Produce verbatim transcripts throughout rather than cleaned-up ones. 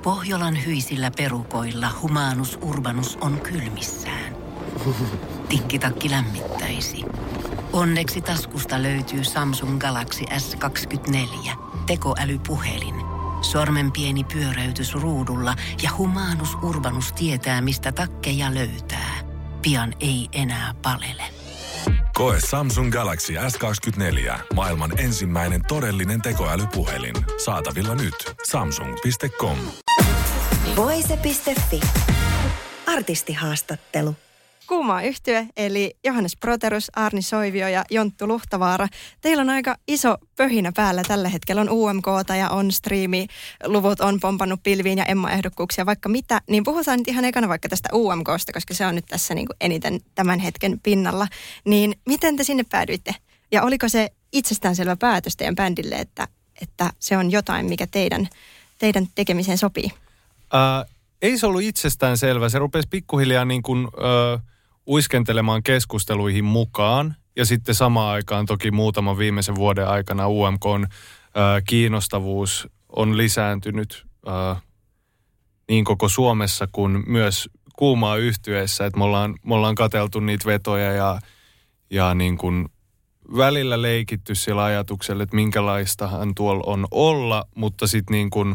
Pohjolan hyisillä perukoilla Humanus Urbanus on kylmissään. Tikkitakki lämmittäisi. Onneksi taskusta löytyy Samsung Galaxy S kaksikymmentäneljä, tekoälypuhelin. Sormen pieni pyöräytys ruudulla ja Humanus Urbanus tietää, mistä takkeja löytää. Pian ei enää palele. Koe Samsung Galaxy S kaksikymmentäneljä, maailman ensimmäinen todellinen tekoälypuhelin. Saatavilla nyt. samsung piste com. Voise piste fi. Artistihaastattelu. Kuuma yhtye, eli Johannes Proterus, Arni Soivio ja Jonttu Luhtavaara. Teillä on aika iso pöhinä päällä tällä hetkellä. On U M K:ta ja on striimi, luvut on pompannut pilviin ja Emma-ehdokkuuksia, vaikka mitä. Niin puhutaan nyt ihan ekana vaikka tästä U M K:sta, koska se on nyt tässä niin kuin eniten tämän hetken pinnalla. Niin miten te sinne päädyitte? Ja oliko se itsestäänselvä päätös teidän bändille, että, että se on jotain, mikä teidän, teidän tekemiseen sopii? Äh, ei se ollut itsestään selvä. Se rupesi pikkuhiljaa niin kuin... Äh, uiskentelemaan keskusteluihin mukaan ja sitten samaan aikaan toki muutaman viimeisen vuoden aikana U M K:n ää, kiinnostavuus on lisääntynyt ää, niin koko Suomessa kuin myös Kuumaa yhtyeessä, että me ollaan, me ollaan katseltu niitä vetoja ja, ja niin kuin välillä leikitty sillä ajatuksella, että minkälaistahan tuolla on olla, mutta sitten niin kuin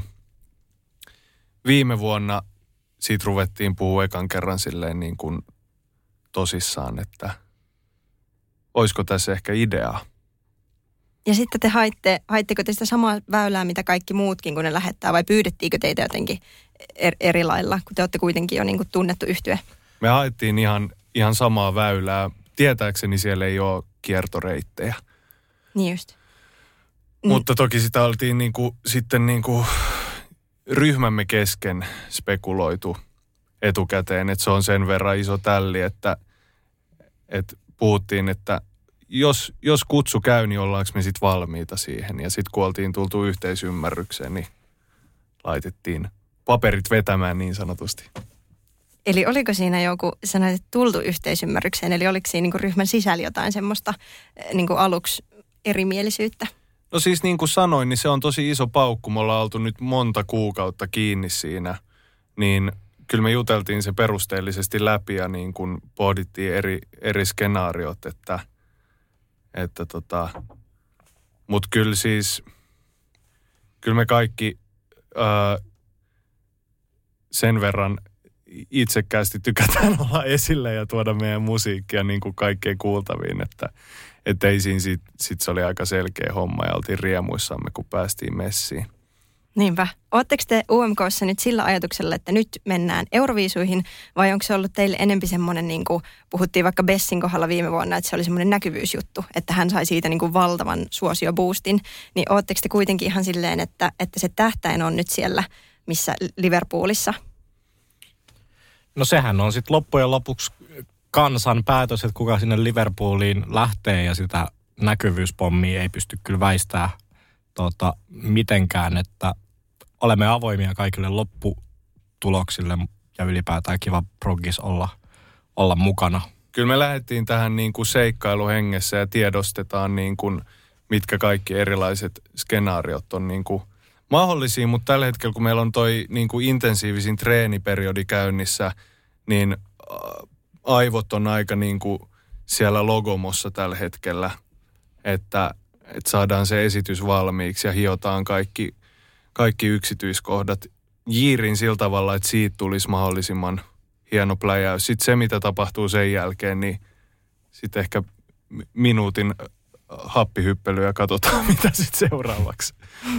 viime vuonna siitä ruvettiin puhua ekan kerran silleen niin kuin tosissaan, että olisiko tässä ehkä ideaa. Ja sitten te haitte, haitteko te sitä samaa väylää, mitä kaikki muutkin, kun ne lähettää, vai pyydettiinkö teitä jotenkin er, eri lailla, kun te olette kuitenkin jo niin kuin tunnettu yhtye? Me haettiin ihan, ihan samaa väylää. Tietääkseni siellä ei ole kiertoreittejä. Niin just. Mutta toki sitä oltiin niin kuin, sitten niin kuin ryhmämme kesken spekuloitu etukäteen, että se on sen verran iso tälli, että, että puhuttiin, että jos, jos kutsu käy, niin ollaanko me sitten valmiita siihen. Ja sitten kun oltiin tultu yhteisymmärrykseen, niin laitettiin paperit vetämään niin sanotusti. Eli oliko siinä joku, sanoit, että tultu yhteisymmärrykseen, eli oliko siinä niin kuin ryhmän sisällä jotain semmoista niin kuin aluksi erimielisyyttä? No siis niin kuin sanoin, niin se on tosi iso paukku. Me ollaan oltu nyt monta kuukautta kiinni siinä, niin kyllä me juteltiin se perusteellisesti läpi ja niin kuin pohdittiin eri, eri skenaariot, että, että tota, mutta kyllä siis, kyllä me kaikki ää, sen verran itsekkäästi tykätään olla esille ja tuoda meidän musiikkia niin kuin kaikkeen kuultaviin, että et ei siinä sit, sit se oli aika selkeä homma ja oltiin riemuissamme, kun päästiin messiin. Niinpä. Oletteko te U M K:ssa nyt sillä ajatuksella, että nyt mennään Euroviisuihin, vai onko se ollut teille enempi semmoinen, niin kuin puhuttiin vaikka Bessin kohdalla viime vuonna, että se oli semmoinen näkyvyysjuttu, että hän sai siitä niin kuin valtavan suosioboostin, niin ootteko te kuitenkin ihan silleen, että, että se tähtäin on nyt siellä, missä Liverpoolissa? No sehän on sitten loppujen lopuksi kansan päätös, että kuka sinne Liverpooliin lähtee ja sitä näkyvyyspommia ei pysty kyllä väistämään Tota, mitenkään, että olemme avoimia kaikille lopputuloksille ja ylipäätään kiva proggis olla, olla mukana. Kyllä me lähdettiin tähän niin kuin seikkailuhengessä ja tiedostetaan niin kuin, mitkä kaikki erilaiset skenaariot on niin kuin mahdollisia, mutta tällä hetkellä kun meillä on toi niin kuin intensiivisin treeniperiodi käynnissä, niin aivot on aika niin kuin siellä logomossa tällä hetkellä, että että saadaan se esitys valmiiksi ja hiotaan kaikki, kaikki yksityiskohdat jiirin sillä tavalla, että siitä tulisi mahdollisimman hieno pläjäys. Sitten se, mitä tapahtuu sen jälkeen, niin sitten ehkä minuutin happihyppelyä ja katsotaan, mitä sitten seuraavaksi.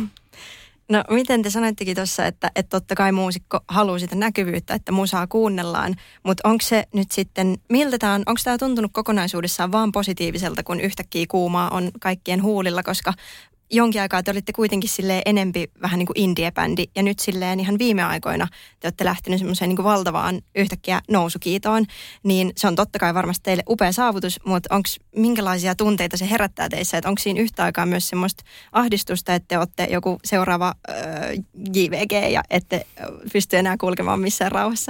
No miten te sanoittekin tuossa, että, että totta kai muusikko haluaa sitä näkyvyyttä, että musaa kuunnellaan, mutta onko se nyt sitten, miltä tämä on, onko tämä tuntunut kokonaisuudessaan vaan positiiviselta, kun yhtäkkiä Kuumaa on kaikkien huulilla, koska jonkin aikaa te olitte kuitenkin silleen enempi vähän niin kuin indie-bändi ja nyt silleen ihan viime aikoina te olette lähtenyt semmoiseen niin kuin valtavaan yhtäkkiä nousukiitoon, niin se on totta kai varmasti teille upea saavutus, mutta onko minkälaisia tunteita se herättää teissä, että onko siinä yhtä aikaa myös semmoista ahdistusta, että te olette joku seuraava äh, J V G ja ette pysty enää kulkemaan missään rauhassa?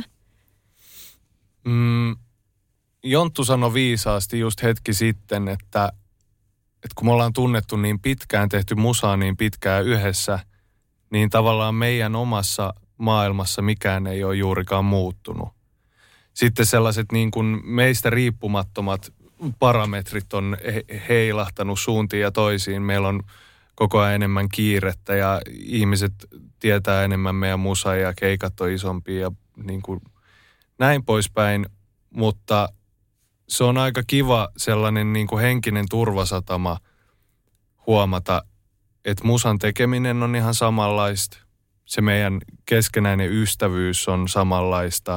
Mm, Jonttu sanoi viisaasti just hetki sitten, että että kun me ollaan tunnettu niin pitkään, tehty musaa niin pitkään yhdessä, niin tavallaan meidän omassa maailmassa mikään ei ole juurikaan muuttunut. Sitten sellaiset niin kuin meistä riippumattomat parametrit on heilahtanut suuntiin ja toisiin. Meillä on koko ajan enemmän kiirettä ja ihmiset tietää enemmän meidän musaa ja keikat on isompia ja niin kuin näin poispäin. Mutta se on aika kiva sellainen niin kuin henkinen turvasatama huomata, että musan tekeminen on ihan samanlaista. Se meidän keskenäinen ystävyys on samanlaista.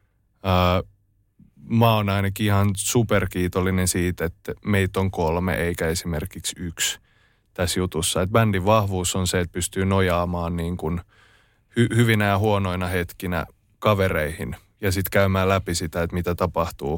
Ää, mä oon ainakin ihan superkiitollinen siitä, että meitä on kolme eikä esimerkiksi yksi tässä jutussa. Et bändin vahvuus on se, että pystyy nojaamaan niin kuin hy- hyvinä ja huonoina hetkinä kavereihin ja sitten käymään läpi sitä, että mitä tapahtuu.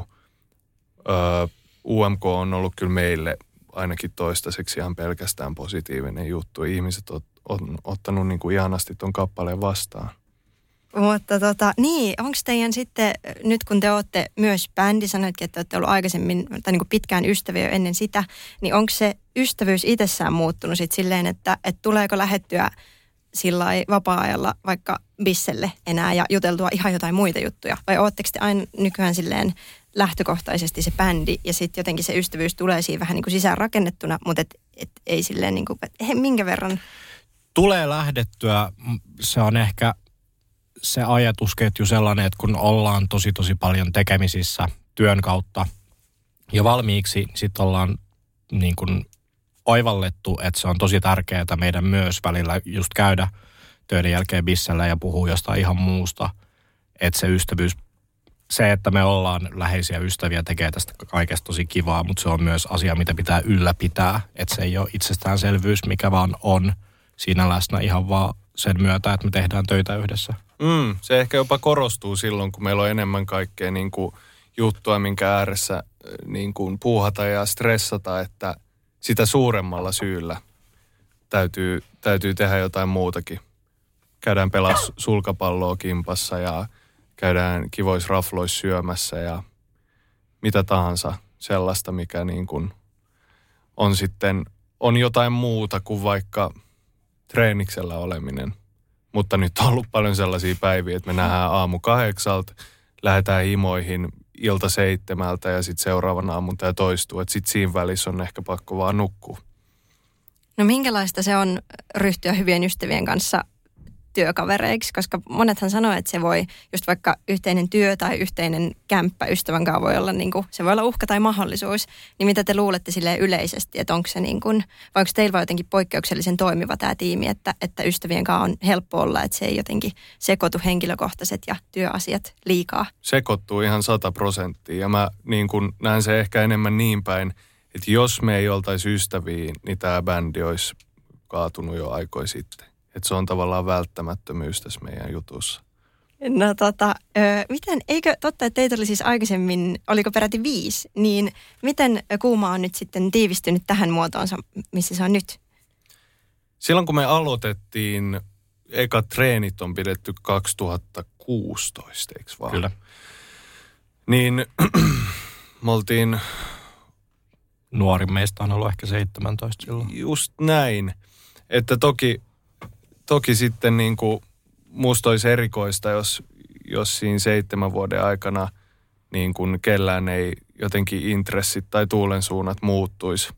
Ää, U M K on ollut kyllä meille ainakin toistaiseksi ihan pelkästään positiivinen juttu. Ihmiset on, on ottanut niin kuin ihanasti ton kappaleen vastaan. Mutta tota, niin, onko teidän sitten, nyt kun te olette myös bändi, sanoitkin, että olette ollut aikaisemmin tai niin kuin pitkään ystäviä jo ennen sitä, niin onko se ystävyys itsessään muuttunut sitten silleen, että, että tuleeko lähettyä sillai vapaa-ajalla vaikka bisselle enää ja juteltua ihan jotain muita juttuja? Vai ootteko te aina nykyään silleen lähtökohtaisesti se bändi ja sitten jotenkin se ystävyys tulee siinä vähän niin kuin sisään rakennettuna, mutta et, et ei silleen niin kuin, he, minkä verran? Tulee lähdettyä, se on ehkä se ajatusketju sellainen, että kun ollaan tosi tosi paljon tekemisissä työn kautta jo valmiiksi, sitten ollaan niin kuin oivallettu, että se on tosi tärkeää meidän myös välillä just käydä töiden jälkeen bissellä ja puhua jostain ihan muusta. Että se ystävyys, se, että me ollaan läheisiä ystäviä, tekee tästä kaikesta tosi kivaa, mutta se on myös asia, mitä pitää ylläpitää. Että se ei ole itsestäänselvyys, mikä vaan on siinä läsnä ihan vaan sen myötä, että me tehdään töitä yhdessä. Mm, se ehkä jopa korostuu silloin, kun meillä on enemmän kaikkea niin kuin juttua, minkä ääressä niin kuin puuhata ja stressata, että sitä suuremmalla syyllä täytyy, täytyy tehdä jotain muutakin. Käydään pelaa sulkapalloa kimpassa ja käydään kivoissa rafloissa syömässä ja mitä tahansa sellaista, mikä niin kuin on sitten, on jotain muuta kuin vaikka treeniksellä oleminen. Mutta nyt on ollut paljon sellaisia päiviä, että me nähdään aamu kahdeksalta, lähdetään himoihin ilta seitsemältä ja sitten seuraavan aamun tämä toistuu. Että sitten siinä välissä on ehkä pakko vaan nukkua. No minkälaista se on ryhtyä hyvien ystävien kanssa työkavereiksi? Koska monethan sanoo, että se voi just vaikka yhteinen työ tai yhteinen kämppä ystävän kanssa voi olla, niin kuin, se voi olla uhka tai mahdollisuus. Niin mitä te luulette silleen yleisesti, että onko se niin kuin, vai onko teillä jotenkin poikkeuksellisen toimiva tämä tiimi, että, että ystävien kanssa on helppo olla, että se ei jotenkin sekoitu henkilökohtaiset ja työasiat liikaa? Sekoittuu ihan sata prosenttia ja mä niin kuin näen se ehkä enemmän niin päin, että jos me ei oltaisi ystäviä, niin tämä bändi olisi kaatunut jo aikoja sitten. Että se on tavallaan välttämättömyys tässä meidän jutussa. No tota, ö, miten, eikö totta, että teitä oli siis aikaisemmin, oliko peräti viisi, niin miten Kuuma on nyt sitten tiivistynyt tähän muotoonsa, missä se on nyt? Silloin kun me aloitettiin, eka treenit on pidetty kaksituhattakuusitoista, eikö vaan? Kyllä. Niin me oltiin... Nuori meistä on ollut ehkä seitsemäntoista silloin. Just näin, että toki... Toki sitten niin kuin musta olisi erikoista, jos, jos siinä seitsemän vuoden aikana niin kuin kellään ei jotenkin intressit tai tuulensuunnat muuttuisi.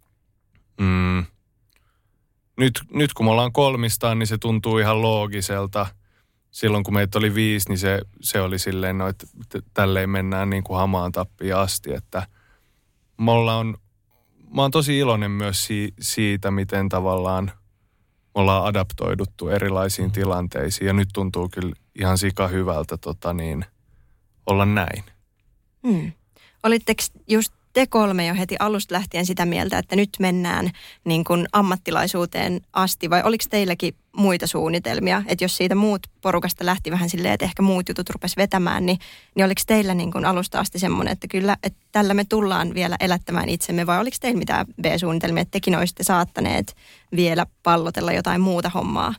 Mm. Nyt, nyt kun me ollaan kolmistaan, niin se tuntuu ihan loogiselta. Silloin kun meitä oli viisi, niin se, se oli silleen, no, että tälleen mennään niin kuin hamaan tappiin asti. Että me ollaan, mä oon tosi iloinen myös si, siitä, miten tavallaan ollaan adaptoiduttu erilaisiin tilanteisiin ja nyt tuntuu kyllä ihan sika hyvältä tota niin, olla näin. Hmm. Olitteko just te kolme jo heti alusta lähtien sitä mieltä, että nyt mennään niin kuin ammattilaisuuteen asti vai oliko teilläkin muita suunnitelmia? Että jos siitä muut porukasta lähti vähän silleen, että ehkä muut jutut rupesi vetämään, niin, niin oliko teillä niin kuin alusta asti semmoinen, että kyllä, että tällä me tullaan vielä elättämään itsemme vai oliko teillä mitään B-suunnitelmia, että tekin olisitte saattaneet vielä pallotella jotain muuta hommaa?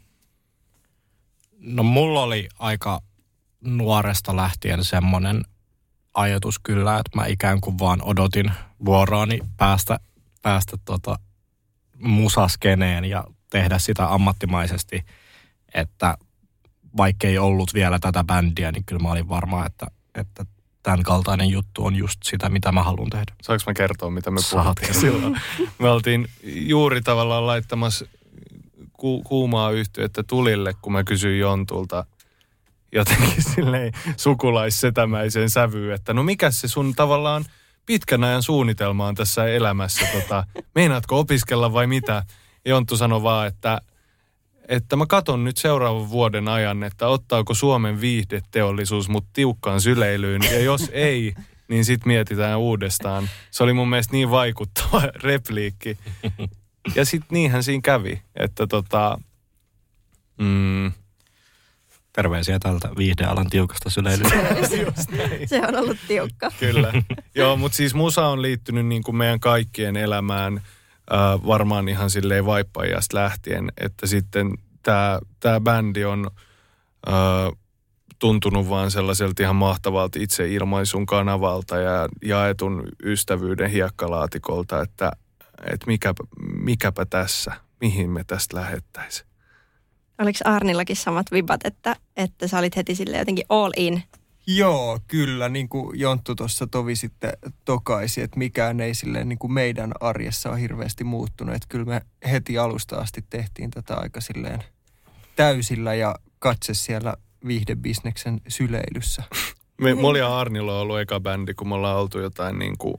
No mulla oli aika nuoresta lähtien semmoinen ajatus kyllä, että mä ikään kuin vaan odotin vuoroani päästä, päästä tota musaskeneen ja tehdä sitä ammattimaisesti, että vaikka ei ollut vielä tätä bändiä, niin kyllä mä olin varma, että, että tämän kaltainen juttu on just sitä, mitä mä haluan tehdä. Saanko mä kertoa, mitä me Saat puhuttiin silloin? Me oltiin juuri tavallaan laittamassa ku- kuumaa yhtyettä tulille, kun mä kysyin Jontulta jotenkin silleen sukulaissetämäisen sävyyn, että no mikä se sun tavallaan pitkän ajan suunnitelma on tässä elämässä? Tota, meinaatko opiskella vai mitä? Jonttu sanoi vaan, että, että mä katon nyt seuraavan vuoden ajan, että ottaako Suomen viihdeteollisuus mut tiukkaan syleilyyn. Ja jos ei, niin sit mietitään uudestaan. Se oli mun mielestä niin vaikuttava repliikki. Ja sit niinhän siinä kävi, että tota... Mm, terveisiä tältä viihdealan tiukasta syleilystä. Se on ollut tiukka. Kyllä. Joo, mutta siis musa on liittynyt niin kuin meidän kaikkien elämään äh, varmaan ihan silleen vaippaijasta lähtien, että sitten tämä tää bändi on äh, tuntunut vaan sellaiselta ihan mahtavalta itseilmaisun kanavalta ja jaetun ystävyyden hiekkalaatikolta, että et mikäpä, mikäpä tässä, mihin me tästä lähettäisiin. Oliko Arnillakin samat vibat, että, että sä olit heti sille jotenkin all in? Joo, kyllä. Niin kuin Jonttu tuossa tovi sitten tokaisi, että mikään ei silleen niin kuin meidän arjessa ole hirveästi muuttunut. Että kyllä me heti alusta asti tehtiin tätä aika silleen täysillä ja katse siellä viihdebisneksen syleilyssä. Me, mulla ja Arnilla on ollut eka bändi, kun me ollaan oltu jotain niin kuin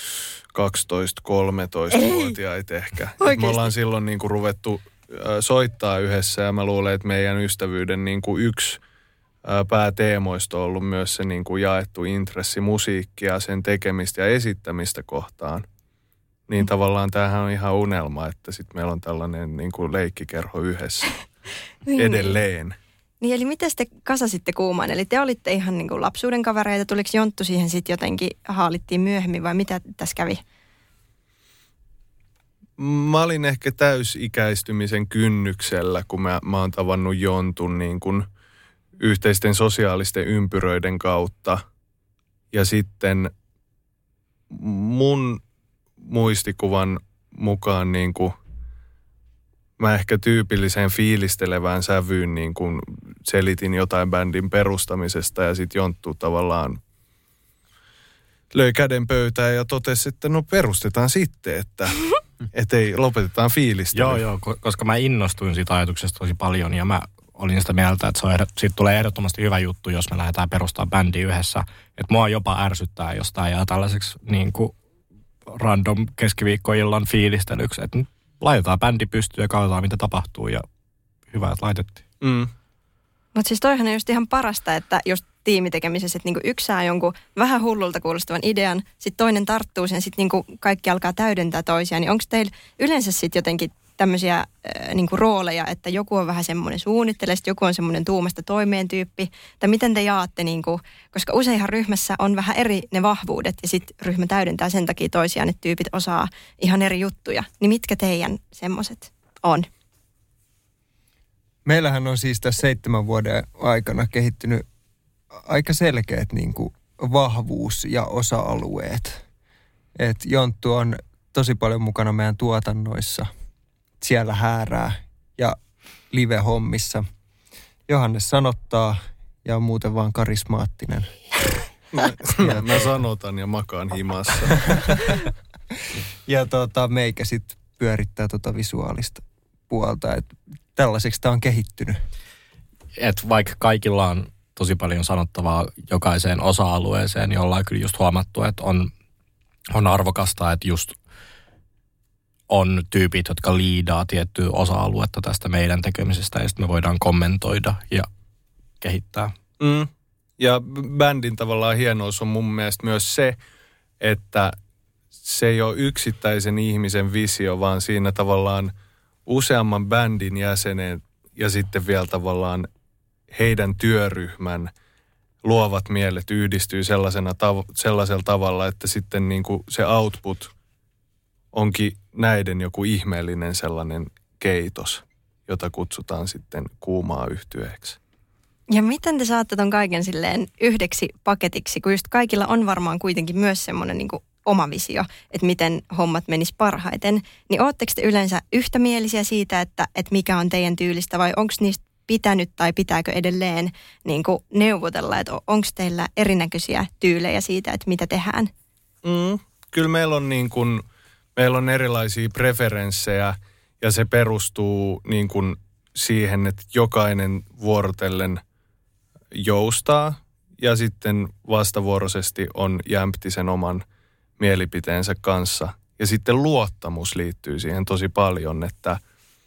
kaksitoista-kolmetoista-vuotiaita ehkä. Me ollaan silloin niin kuin ruvettu soittaa yhdessä ja mä luulen, että meidän ystävyyden niin kuin yksi pääteemoista on ollut myös se niin kuin jaettu intressi musiikkia, sen tekemistä ja esittämistä kohtaan. Niin tavallaan tämähän on ihan unelma, että sitten meillä on tällainen niin kuin leikkikerho yhdessä niin, edelleen. Niin eli miten te kasasitte kuumaan? Eli te olitte ihan niin kuin lapsuuden kavereita, tuliko Jonttu siihen sitten jotenkin haalittiin myöhemmin vai mitä tässä kävi? Mä olin ehkä täysikäistymisen kynnyksellä, kun mä, mä oon tavannut Jontun niin kuin yhteisten sosiaalisten ympyröiden kautta. Ja sitten mun muistikuvan mukaan niin kuin mä ehkä tyypilliseen fiilistelevään sävyyn niin kuin selitin jotain bändin perustamisesta ja sitten Jonttu tavallaan löi käden pöytään ja totesi, että no perustetaan sitten, että että ei lopetetaan fiilistelyä. Joo, joo, koska mä innostuin siitä ajatuksesta tosi paljon ja mä olin sitä mieltä, että se on, siitä tulee ehdottomasti hyvä juttu, jos me lähdetään perustamaan bändi yhdessä. Että mua jopa ärsyttää, jos tää jää tällaiseksi niin kuin random keskiviikkoillan fiilistelyksi. Että laitetaan bändi pystyyn ja katsotaan, mitä tapahtuu ja hyvä, että laitettiin. Mm. Mutta siis toihan on just ihan parasta, että just tiimitekemisessä, että niinku yksi saa jonkun vähän hullulta kuulostavan idean, sitten toinen tarttuu sen, sitten niinku kaikki alkaa täydentää toisiaan. Niin onko teillä yleensä sitten jotenkin tämmöisiä äh, niinku rooleja, että joku on vähän semmoinen suunnittelee, sitten joku on semmoinen tuumasta toimeen tyyppi, tai miten te jaatte, niinku, koska useinhan ryhmässä on vähän eri ne vahvuudet, ja sitten ryhmä täydentää sen takia toisiaan, että tyypit osaa ihan eri juttuja. Niin mitkä teidän semmoiset on? Meillähän on siis tässä seitsemän vuoden aikana kehittynyt aika selkeät niin kuin vahvuus- ja osa-alueet. Et Jonttu on tosi paljon mukana meidän tuotannoissa, siellä häärää ja live-hommissa. Johannes sanottaa ja on muuten vaan karismaattinen. Mä, mä, mä sanotan ja makaan himassa. Ja tota, meikä sitten pyörittää tota visuaalista puolta. Et tällaiseksi tämä on kehittynyt. Et vaikka kaikilla on tosi paljon sanottavaa jokaiseen osa-alueeseen, niin ollaan kyllä just huomattu, että on, on arvokasta, että just on tyypit, jotka liidaa tiettyä osa-aluetta tästä meidän tekemisestä ja sitten me voidaan kommentoida ja kehittää. Mm. Ja bändin tavallaan hienous on mun mielestä myös se, että se ei ole yksittäisen ihmisen visio, vaan siinä tavallaan useamman bändin jäsenen ja sitten vielä tavallaan heidän työryhmän luovat mielet yhdistyy sellaisena tav- sellaisella tavalla, että sitten niin kuin se output onkin näiden joku ihmeellinen sellainen keitos, jota kutsutaan sitten kuumaa yhtyeeksi. Ja miten te saatte ton kaiken silleen yhdeksi paketiksi, kun just kaikilla on varmaan kuitenkin myös semmoinen niin kuin oma visio, että miten hommat menis parhaiten. Niin ootteko te yleensä yhtämielisiä siitä, että, että mikä on teidän tyylistä vai onko niistä pitänyt tai pitääkö edelleen niin kuin neuvotella, että onko teillä erinäköisiä tyylejä siitä, että mitä tehdään? Mm, kyllä meillä on, niin kuin, meillä on erilaisia preferenssejä ja se perustuu niin kuin siihen, että jokainen vuorotellen joustaa ja sitten vastavuoroisesti on jämpti sen oman mielipiteensä kanssa. Ja sitten luottamus liittyy siihen tosi paljon, että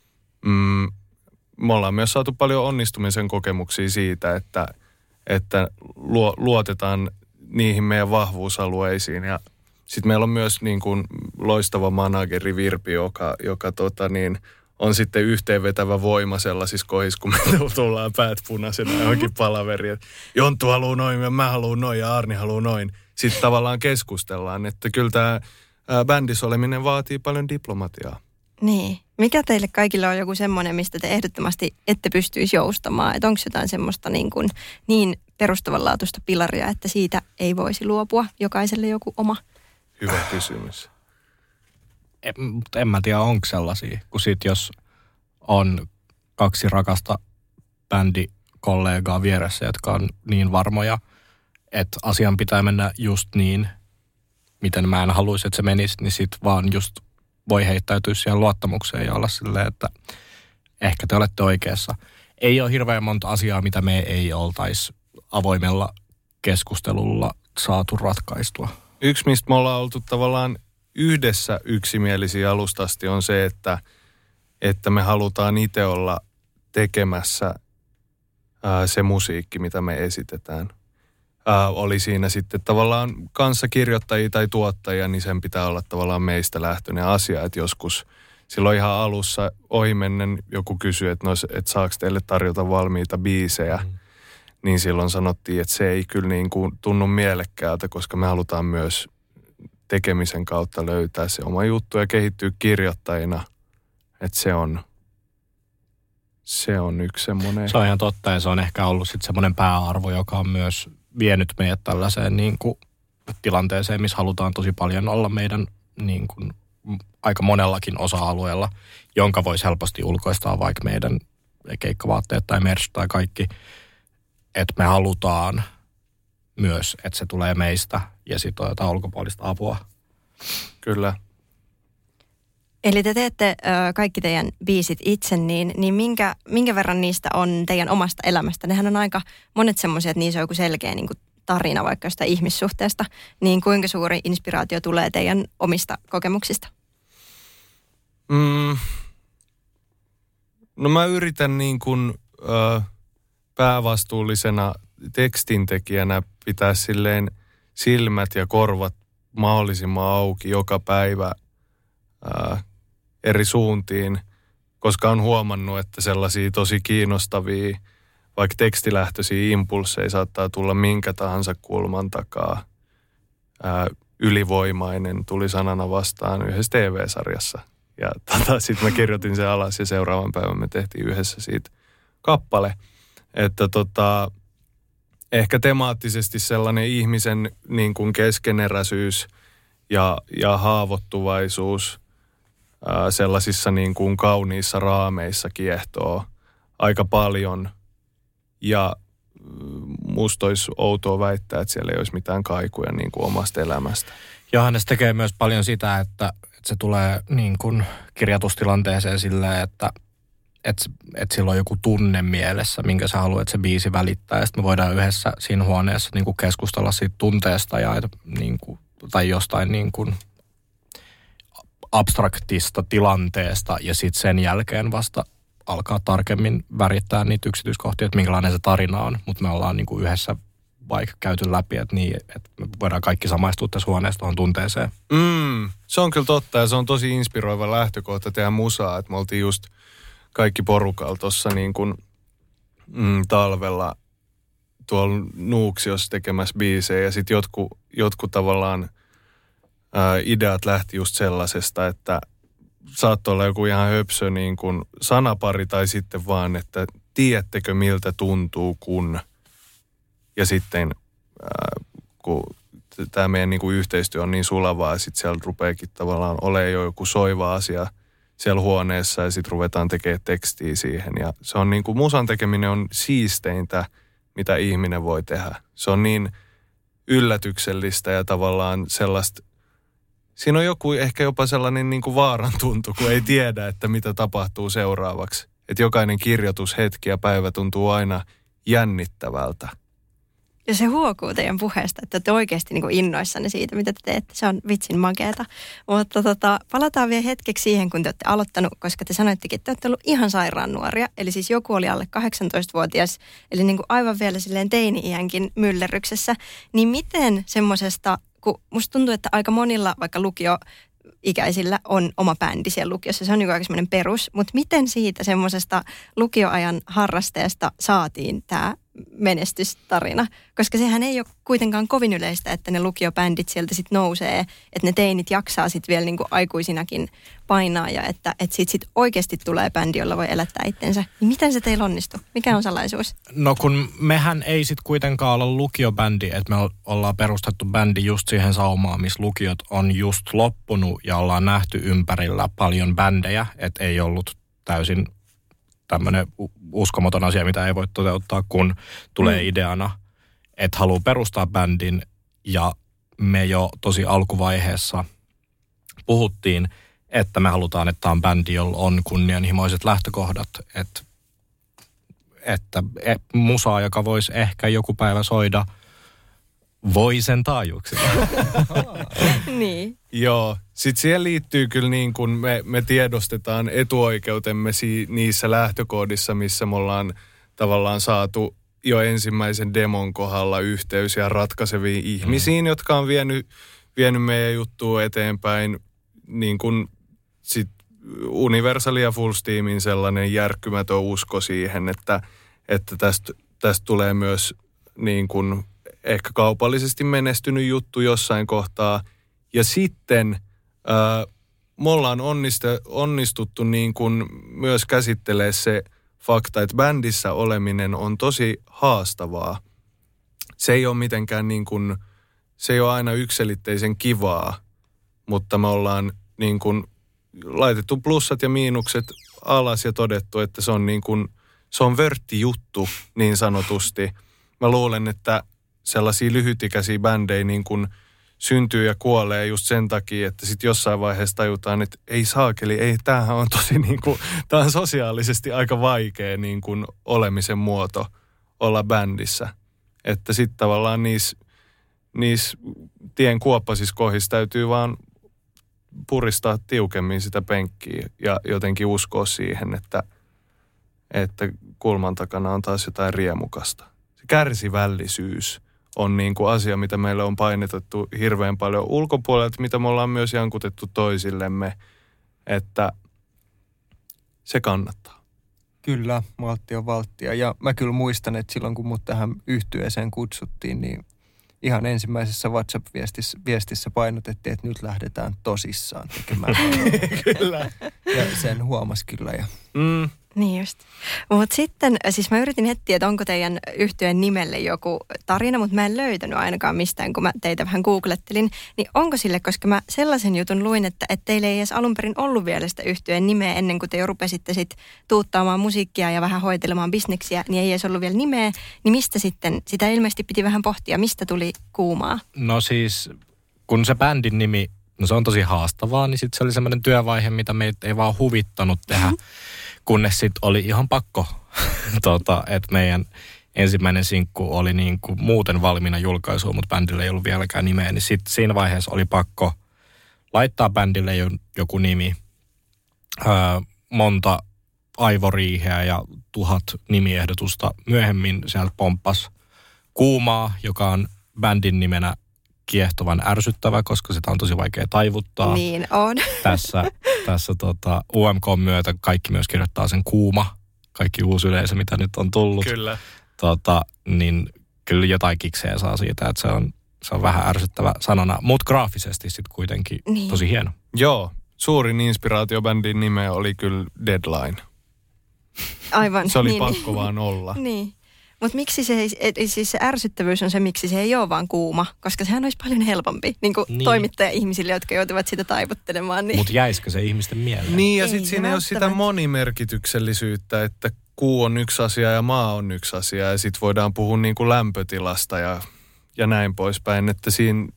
mm, me ollaan myös saatu paljon onnistumisen kokemuksia siitä, että, että luo, luotetaan niihin meidän vahvuusalueisiin. Ja sitten meillä on myös niin kuin loistava manageri Virpi, joka, joka tota niin, on sitten yhteenvetävä voima sellaisissa kohdissa, kun me tullaan päät punaisena johonkin palaveriin, että Jonttu haluaa noin ja mä haluan noin ja Arni haluaa noin. Sitten tavallaan keskustellaan, että kyllä tämä bändissä oleminen vaatii paljon diplomatiaa. Niin. Mikä teille kaikille on joku semmoinen, mistä te ehdottomasti ette pystyisi joustamaan? Että onko jotain semmoista niin, kuin, niin perustavanlaatuista pilaria, että siitä ei voisi luopua? Jokaiselle joku oma? Hyvä kysymys. En, mutta en mä tiedä, onko sellaisia. Kun sit jos on kaksi rakasta bändikollegaa vieressä, jotka on niin varmoja, että asian pitää mennä just niin, miten mä en haluaisi, että se menisi, niin sit vaan just voi heittäytyä siihen luottamukseen ja olla silleen, että ehkä te olette oikeassa. Ei ole hirveän monta asiaa, mitä me ei oltaisi avoimella keskustelulla saatu ratkaistua. Yksi, mistä me ollaan oltu tavallaan yhdessä yksimielisiä alusta asti, on se, että, että me halutaan itse olla tekemässä ää, se musiikki, mitä me esitetään. Ää, oli siinä sitten tavallaan kanssakirjoittajia tai tuottajia, niin sen pitää olla tavallaan meistä lähtöinen asia. Että joskus silloin ihan alussa ohimennen joku kysyi, että, no, että saako teille tarjota valmiita biisejä. Mm. Niin silloin sanottiin, että se ei kyllä niin kuin tunnu mielekkäältä, koska me halutaan myös tekemisen kautta löytää se oma juttu ja kehittyä kirjoittajina. Että se on, se on yksi semmoinen. Se on ihan totta ja se on ehkä ollut sitten semmoinen pääarvo, joka on myös vienyt meidät tällaiseen niin kuin tilanteeseen, missä halutaan tosi paljon olla meidän niin kuin aika monellakin osa-alueella, jonka voisi helposti ulkoistaa vaikka meidän keikkavaatteet tai merch tai kaikki. Että me halutaan myös, että se tulee meistä ja sitten on jotain ulkopuolista apua. Kyllä. Eli te teette ö, kaikki teidän biisit itse, niin, niin minkä, minkä verran niistä on teidän omasta elämästä? Nehän on aika monet semmoisia, että niissä on joku selkeä niin kuin tarina vaikka jostain ihmissuhteesta. Niin kuinka suuri inspiraatio tulee teidän omista kokemuksista? Mm. No mä yritän niin kuin ö, päävastuullisena tekstintekijänä pitää silleen silmät ja korvat mahdollisimman auki joka päivä ää, eri suuntiin, koska on huomannut, että sellaisia tosi kiinnostavia, vaikka tekstilähtöisiä impulseja saattaa tulla minkä tahansa kulman takaa. Ää, ylivoimainen tuli sanana vastaan yhdessä T V-sarjassa. Ja tota, sitten mä kirjoitin sen alas ja seuraavan päivän me tehtiin yhdessä siitä kappale. Että tota, ehkä temaattisesti sellainen ihmisen niin kuin keskeneräisyys ja, ja haavoittuvaisuus ää, sellaisissa niin kuin kauniissa raameissa kiehtoo aika paljon. Ja musta olisi outoa väittää, että siellä ei olisi mitään kaikuja niin kuin omasta elämästä. Johannes tekee myös paljon sitä, että, että se tulee niin kuin kirjoitustilanteeseen silleen, että Että et sillä on joku tunne mielessä, minkä sä haluat, että se biisi välittää. Ja sitten me voidaan yhdessä siinä huoneessa niin kuin keskustella siitä tunteesta ja, niin kuin, tai jostain niin kuin abstraktista tilanteesta. Ja sitten sen jälkeen vasta alkaa tarkemmin värittää niitä yksityiskohtia, että minkälainen se tarina on. Mutta me ollaan niin kuin yhdessä vaikka käyty läpi, että, niin, että me voidaan kaikki samaistua tässä huoneessa tuohon tunteeseen. Mm, se on kyllä totta ja se on tosi inspiroiva lähtökohta tehdä musaa. Että me oltiin just kaikki porukalla tuossa niin kuin mm, talvella tuolla Nuuksiossa tekemässä biisejä ja sitten jotkut, jotkut tavallaan ää, ideat lähti just sellaisesta, että saattoi olla joku ihan höpsö niin kuin sanapari tai sitten vaan, että tiedättekö miltä tuntuu kun ja sitten ää, kun tämä meidän niin kuin yhteistyö on niin sulavaa ja sitten siellä rupeakin tavallaan olemaan jo joku soiva asia siellä huoneessa ja sitten ruvetaan tekemään tekstiä siihen. Ja se on niin kuin, musan tekeminen on siisteintä, mitä ihminen voi tehdä. Se on niin yllätyksellistä ja tavallaan sellaista, siinä on joku ehkä jopa sellainen niin kuin vaaran tuntu, kun ei tiedä, että mitä tapahtuu seuraavaksi. Että jokainen kirjoitushetki ja päivä tuntuu aina jännittävältä. Ja se huokuu teidän puheesta, että olette oikeasti niin kuin innoissanne siitä, mitä te teette. Se on vitsin makeeta. Mutta tota, palataan vielä hetkeksi siihen, kun te olette aloittanut, koska te sanoittekin, että te olette ollut ihan sairaan nuoria. Eli siis joku oli alle kahdeksantoistavuotias, eli niin kuin aivan vielä silleen teini-iänkin myllerryksessä. Niin miten semmoisesta, kun musta tuntuu, että aika monilla vaikka lukioikäisillä on oma bändi siellä lukiossa. Se on niin kuin aika semmoinen perus. Mutta miten siitä semmoisesta lukioajan harrasteesta saatiin tämä menestystarina, koska sehän ei ole kuitenkaan kovin yleistä, että ne lukiobändit sieltä sitten nousee, että ne teinit jaksaa sitten vielä niinku aikuisinakin painaa ja että, että siitä sit oikeasti tulee bändi, jolla voi elättää itsensä. Niin miten se teillä onnistui? Mikä on salaisuus? No kun mehän ei sitten kuitenkaan olla lukiobändi, että me ollaan perustettu bändi just siihen saumaan, missä lukiot on just loppunut ja ollaan nähty ympärillä paljon bändejä, että ei ollut täysin tämmöinen uskomaton asia, mitä ei voi toteuttaa, kun tulee mm. ideana, että haluaa perustaa bändin. Ja me jo tosi alkuvaiheessa puhuttiin, että me halutaan, että tämä on bändi, jolla on kunnianhimoiset lähtökohdat. Että, että musaa, joka voisi ehkä joku päivä soida Voisen taajuuksilla. Niin. Joo. Sitten siihen liittyy kyllä niin kuin me, me tiedostetaan etuoikeutemme si, niissä lähtökohdissa, missä me ollaan tavallaan saatu jo ensimmäisen demon kohdalla yhteys ja ratkaiseviin ihmisiin, mm. jotka on vienyt, vienyt meidän juttua eteenpäin. Niin kuin sit Universal ja Full Steamin sellainen järkkymätön usko siihen, että, että tästä, tästä tulee myös niin kuin ehkä kaupallisesti menestynyt juttu jossain kohtaa. Ja sitten ää, me ollaan onniste, onnistuttu niin kuin myös käsittelee se fakta, että bändissä oleminen on tosi haastavaa. Se ei ole mitenkään niin kuin, se ei ole aina yksiselitteisen kivaa, mutta me ollaan niin kuin laitettu plussat ja miinukset alas ja todettu, että se on niin kuin, se on vörttijuttu niin sanotusti. Mä luulen, että sellaisia lyhytikäisiä bändejä niin kuin syntyy ja kuolee just sen takia, että sitten jossain vaiheessa tajutaan, että ei saakeli, ei, tämähän on tosi niin kuin, tämä on sosiaalisesti aika vaikea niin kuin olemisen muoto olla bändissä. Että sitten tavallaan niissä, niissä tien kuoppasissa kohdissa täytyy vaan puristaa tiukemmin sitä penkkiä ja jotenkin uskoa siihen, että, että kulman takana on taas jotain riemukasta. Se kärsivällisyys on niin kuin asia, mitä meille on painetettu hirveän paljon ulkopuolelta, mitä me ollaan myös jankutettu toisillemme, että se kannattaa. Kyllä, maltti on valttia. Ja mä kyllä muistan, että silloin kun mut tähän yhtyeeseen kutsuttiin, niin ihan ensimmäisessä WhatsApp-viestissä viestissä painotettiin, että nyt lähdetään tosissaan tekemään. Kyllä. Ja sen huomasi kyllä. Ja Mm. Niin just. Mutta sitten, siis mä yritin etsiä, että onko teidän yhtyeen nimelle joku tarina, mutta mä en löytänyt ainakaan mistään, kun mä teitä vähän googlettelin. Niin onko sille, koska mä sellaisen jutun luin, että, että teillä ei edes alun perin ollut vielä sitä yhtyeen nimeä ennen kuin te jo rupesitte sit tuuttaamaan musiikkia ja vähän hoitelemaan bisneksiä, niin ei edes ollut vielä nimeä. Niin mistä sitten, sitä ilmeisesti piti vähän pohtia, mistä tuli Kuumaa? No siis, kun se bändin nimi, no se on tosi haastavaa, niin sitten se oli semmoinen työvaihe, mitä meitä ei vaan huvittanut tehdä. Kunnes sitten oli ihan pakko, tota, että meidän ensimmäinen sinkku oli niin kuin muuten valmiina julkaisuun, mutta bändille ei ollut vieläkään nimeä. Niin sitten siinä vaiheessa oli pakko laittaa bändille joku nimi. Öö, monta aivoriiheä ja tuhat nimiehdotusta. Myöhemmin sieltä pomppasi Kuumaa, joka on bändin nimenä kiehtovan ärsyttävä, koska sitä on tosi vaikea taivuttaa. Niin on. Tässä, tässä tota U M K:n myötä kaikki myös kirjoittaa sen Kuuma. Kaikki uusi yleisö, mitä nyt on tullut. Kyllä. Tota, niin kyllä jotain kiksejä saa siitä, että se on, se on vähän ärsyttävä sanana. Mutta graafisesti sitten kuitenkin niin. Tosi hieno. Joo, suurin inspiraatio bändin nimeä oli kyllä Deadline. Aivan. Se oli niin, pakko vaan olla. Niin. Mutta miksi se, ei, et, siis se ärsyttävyys on se, miksi se ei ole vaan kuuma, koska sehän olisi paljon helpompi niin kuin niin. toimittaja-ihmisille, jotka joutuvat sitä taivuttelemaan. Niin. Mutta jäisikö se ihmisten mieleen? Niin, ja sitten siinä ei ole sitä monimerkityksellisyyttä, että kuu on yksi asia ja maa on yksi asia, ja sitten voidaan puhua niin kuin lämpötilasta ja, ja näin poispäin, että siinä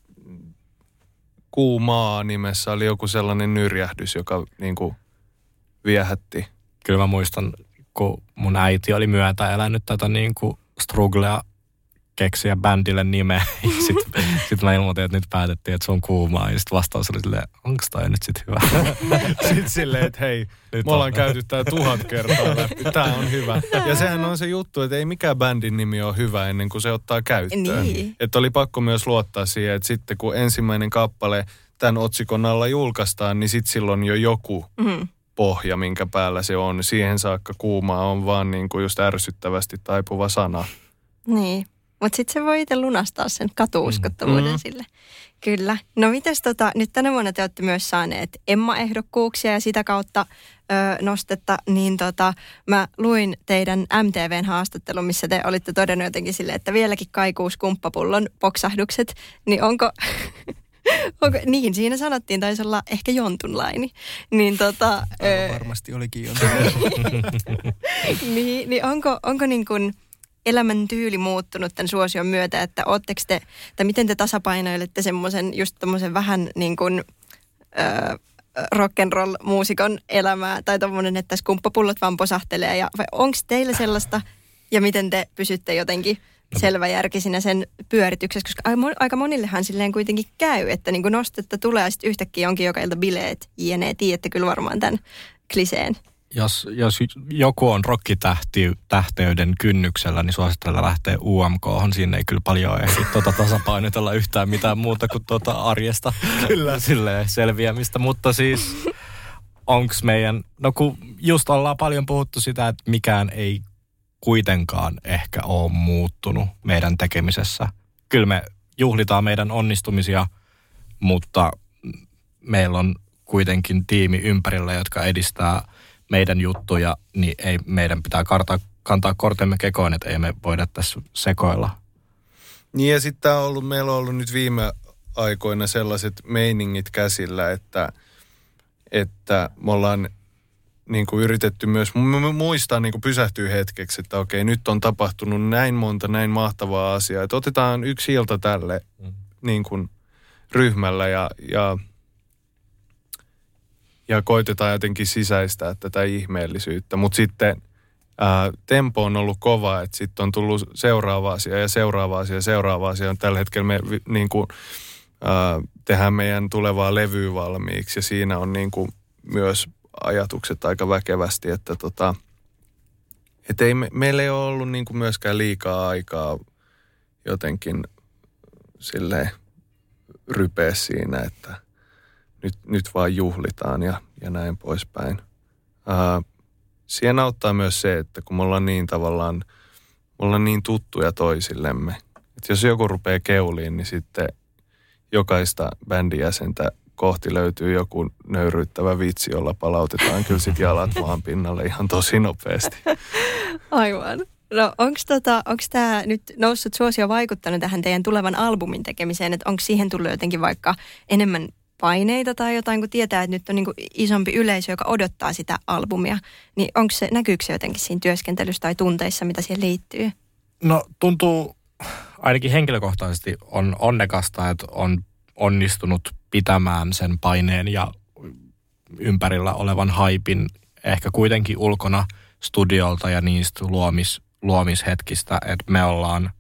kuu-maa nimessä oli joku sellainen nyrjähdys, joka niin kuin viehätti. Kyllä mä muistan, kun mun äiti oli myötä elänyt tätä niin kuin strugglea keksiä bändille nimeä. Sitten sit mä ilmoitin, että nyt päätettiin, että se on kuumaa. Ja sitten vastaus oli silleen, onko toi nyt sitten hyvä? Sitten silleen, että hei, nyt me ollaan käyty tää tuhat kertaa läpi. Tää on hyvä. Ja sehän on se juttu, että ei mikään bändin nimi ole hyvä ennen kuin se ottaa käyttöön. Niin. Että oli pakko myös luottaa siihen, että sitten kun ensimmäinen kappale tämän otsikon alla julkaistaan, niin sitten silloin jo joku mm. pohja, minkä päällä se on. Siihen saakka kuumaa on vaan niin kuin just ärsyttävästi taipuva sana. Niin. Mutta sitten se voi itse lunastaa sen katuuskottavuuden mm. sille. Kyllä. No mites tota, nyt tänä vuonna te olette myös saaneet Emma-ehdokkuuksia ja sitä kautta ö, nostetta, niin tota, mä luin teidän M T V:n haastattelun, missä te olitte todennut jotenkin silleen, että vieläkin kaikuu skumppapullon poksahdukset, niin onko... onko niin, siinä sanottiin, taisi olla ehkä jontunlaini. Niin tota... Ö, varmasti olikin jontunlaini. niin, niin onko, onko niin kuin... elämäntyyli muuttunut tämän suosion myötä, että ootteko te, tai miten te tasapainoilette semmoisen just tommosen vähän niin kuin äh, rock'n'roll-muusikon elämää, tai tommonen, että skumppapullot vaan posahtelee, ja vai onko teillä sellaista, ja miten te pysytte jotenkin selväjärkisinä sen pyörityksessä, koska aika monillehan silleen kuitenkin käy, että niin kuin nostetta tulee, ja sitten yhtäkkiä onkin joka ilta bileet, jne, tiedätte kyllä varmaan tämän kliseen. Jos, jos joku on rokkitähteyden kynnyksellä, niin suositellaan lähteä U M K:hon. Siinä ei kyllä paljon ehdi tuota tasapainotella yhtään mitään muuta kuin tuota arjesta kyllä silleen selviämistä. Mutta siis onko meidän, no kun just ollaan paljon puhuttu sitä, että mikään ei kuitenkaan ehkä ole muuttunut meidän tekemisessä. Kyllä me juhlitaan meidän onnistumisia, mutta meillä on kuitenkin tiimi ympärillä, jotka edistää meidän juttuja, niin ei meidän pitää kartaa, kantaa kortemme kekoon, että ei me voida tässä sekoilla. Niin ja sitten on ollut, meillä on ollut nyt viime aikoina sellaiset meiningit käsillä, että, että me ollaan niin kuin yritetty myös muistaa niin kuin pysähtyä hetkeksi, että okei, nyt on tapahtunut näin monta, näin mahtavaa asiaa, että otetaan yksi ilta tälle mm. niin kuin ryhmällä ja, ja Ja koitetaan jotenkin sisäistää tätä ihmeellisyyttä. Mutta sitten ää, tempo on ollut kova, että sitten on tullut seuraava asia ja seuraava asia ja seuraava asia. Tällä hetkellä me niin kuin, ää, tehdään meidän tulevaa levyä valmiiksi ja siinä on niin kuin myös ajatukset aika väkevästi, että tota, et ei me, meillä ei ole ollut niin kuin myöskään liikaa aikaa jotenkin silleen rypeä siinä, että Nyt, nyt vaan juhlitaan ja, ja näin poispäin. Ää, siihen auttaa myös se, että kun me ollaan niin tavallaan, me ollaan niin tuttuja toisillemme. Että jos joku rupeaa keuliin, niin sitten jokaista bändin jäsentä kohti löytyy joku nöyryyttävä vitsi, jolla palautetaan kyllä sit jalat maan pinnalle ihan tosi nopeasti. Aivan. No onko tota, tämä nyt noussut suosio vaikuttanut tähän teidän tulevan albumin tekemiseen, että onko siihen tullut jotenkin vaikka enemmän paineita tai jotain, kun tietää, että nyt on niin kuin isompi yleisö, joka odottaa sitä albumia, niin onko se, näkyykö se jotenkin siinä työskentelyssä tai tunteissa, mitä siihen liittyy? No tuntuu, ainakin henkilökohtaisesti on onnekasta, että on onnistunut pitämään sen paineen ja ympärillä olevan haipin ehkä kuitenkin ulkona studiolta ja niistä luomis, luomishetkistä, että me ollaan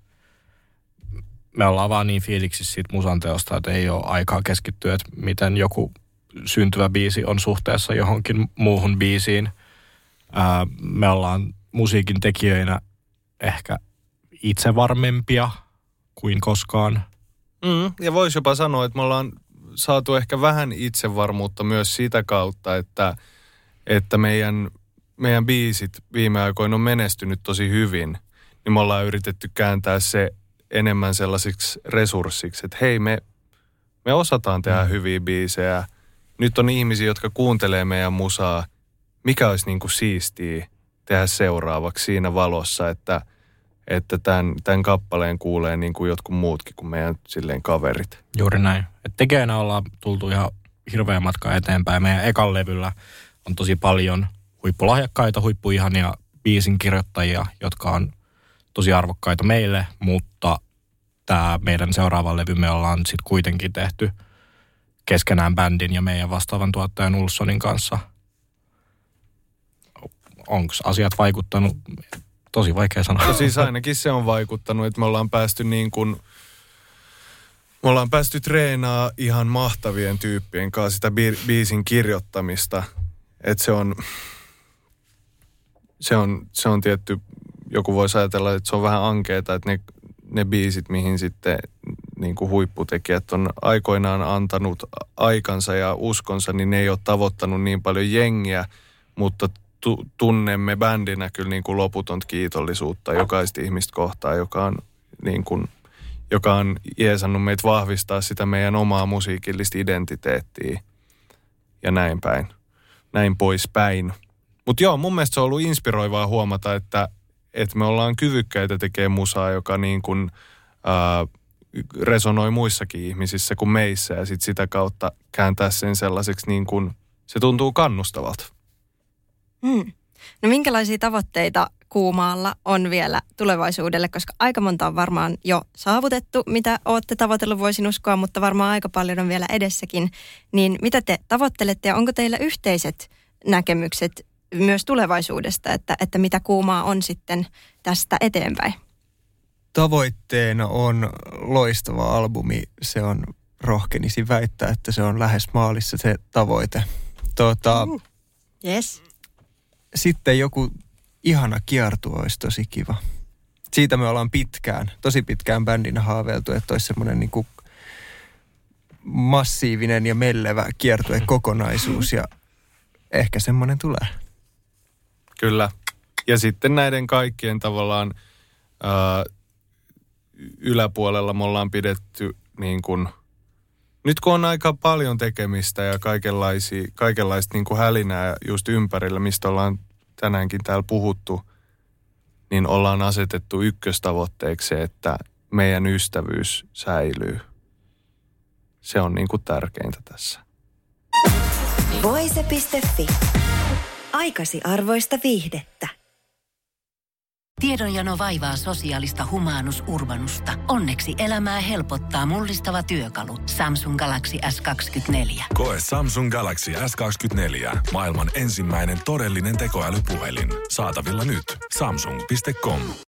Me ollaan vaan niin fiiliksissä siitä musanteosta, että ei ole aikaa keskittyä, että miten joku syntyvä biisi on suhteessa johonkin muuhun biisiin. Ää, me ollaan musiikin tekijöinä ehkä itsevarmempia kuin koskaan. Mm, ja voisi jopa sanoa, että me ollaan saatu ehkä vähän itsevarmuutta myös sitä kautta, että, että meidän, meidän biisit viime aikoina on menestynyt tosi hyvin. Niin me ollaan yritetty kääntää se enemmän sellaisiksi resurssiksi, että hei, me, me osataan tehdä hyviä biisejä. Nyt on ihmisiä, jotka kuuntelee meidän musaa. Mikä olisi niin kuin siistiä tehdä seuraavaksi siinä valossa, että että tämän, tämän kappaleen kuulee niin kuin jotkut muutkin kuin meidän silleen kaverit. Juuri näin. Et tekijänä ollaan tultu ihan hirveä matka eteenpäin. Meidän ekan levyllä on tosi paljon huippulahjakkaita, huippuihania biisin kirjoittajia, jotka on tosi arvokkaita meille, mutta tämä meidän seuraava levy me ollaan sitten kuitenkin tehty keskenään bändin ja meidän vastaavan tuottajan Ulssonin kanssa. Onko asiat vaikuttanut? Tosi vaikea sanoa. No siis ainakin se on vaikuttanut, että me ollaan päästy niin kuin, me ollaan päästy treenaamaan ihan mahtavien tyyppien kanssa sitä biisin kirjoittamista. Että se on, se on, se on tietty, joku voisi ajatella, että se on vähän ankeeta, että ne, ne biisit, mihin sitten niin kuin huipputekijät on aikoinaan antanut aikansa ja uskonsa, niin ne ei ole tavoittanut niin paljon jengiä, mutta tu, tunnemme bändinä kyllä niin kuin loputonta kiitollisuutta jokaista ihmistä kohtaan, joka on, niin kuin, joka on jeesannut meitä vahvistaa sitä meidän omaa musiikillista identiteettiä ja näin päin. Näin poispäin. Mutta joo, mun mielestä se on ollut inspiroivaa huomata, että, että me ollaan kyvykkäitä tekemään musaa, joka niin kuin, ää, resonoi muissakin ihmisissä kuin meissä ja sit sitä kautta kääntää sen sellaiseksi niin kuin se tuntuu kannustavalta. Hmm. No minkälaisia tavoitteita Kuumaalla on vielä tulevaisuudelle, koska aika monta on varmaan jo saavutettu, mitä olette tavoitellut, voisin uskoa, mutta varmaan aika paljon on vielä edessäkin. Niin mitä te tavoittelette ja onko teillä yhteiset näkemykset myös tulevaisuudesta, että, että mitä Kuumaa on sitten tästä eteenpäin? Tavoitteena on loistava albumi. Se on, rohkenisin väittää, että se on lähes maalissa se tavoite. Tuota, uh, yes. Sitten joku ihana kiertue olisi tosi kiva. Siitä me ollaan pitkään, tosi pitkään bändinä haaveiltu, että olisi semmoinen niin kuin massiivinen ja mellevä kiertuekokonaisuus ja ehkä semmoinen tulee. Kyllä. Ja sitten näiden kaikkien tavallaan ää, yläpuolella me ollaan pidetty niin kuin, nyt kun on aika paljon tekemistä ja kaikenlaisia, kaikenlaista niin kuin hälinää just ympärillä, mistä ollaan tänäänkin täällä puhuttu, niin ollaan asetettu ykköstavoitteeksi, että meidän ystävyys säilyy. Se on niin kuin tärkeintä tässä. Voise piste fi. Aikasi arvoista viihdettä. Tiedonjano vaivaa sosiaalista humanus urbanusta. Onneksi elämää helpottaa mullistava työkalu. Samsung Galaxy S kaksikymmentäneljä. Koe Samsung Galaxy S kaksikymmentäneljä. Maailman ensimmäinen todellinen tekoälypuhelin. Saatavilla nyt. Samsung piste com.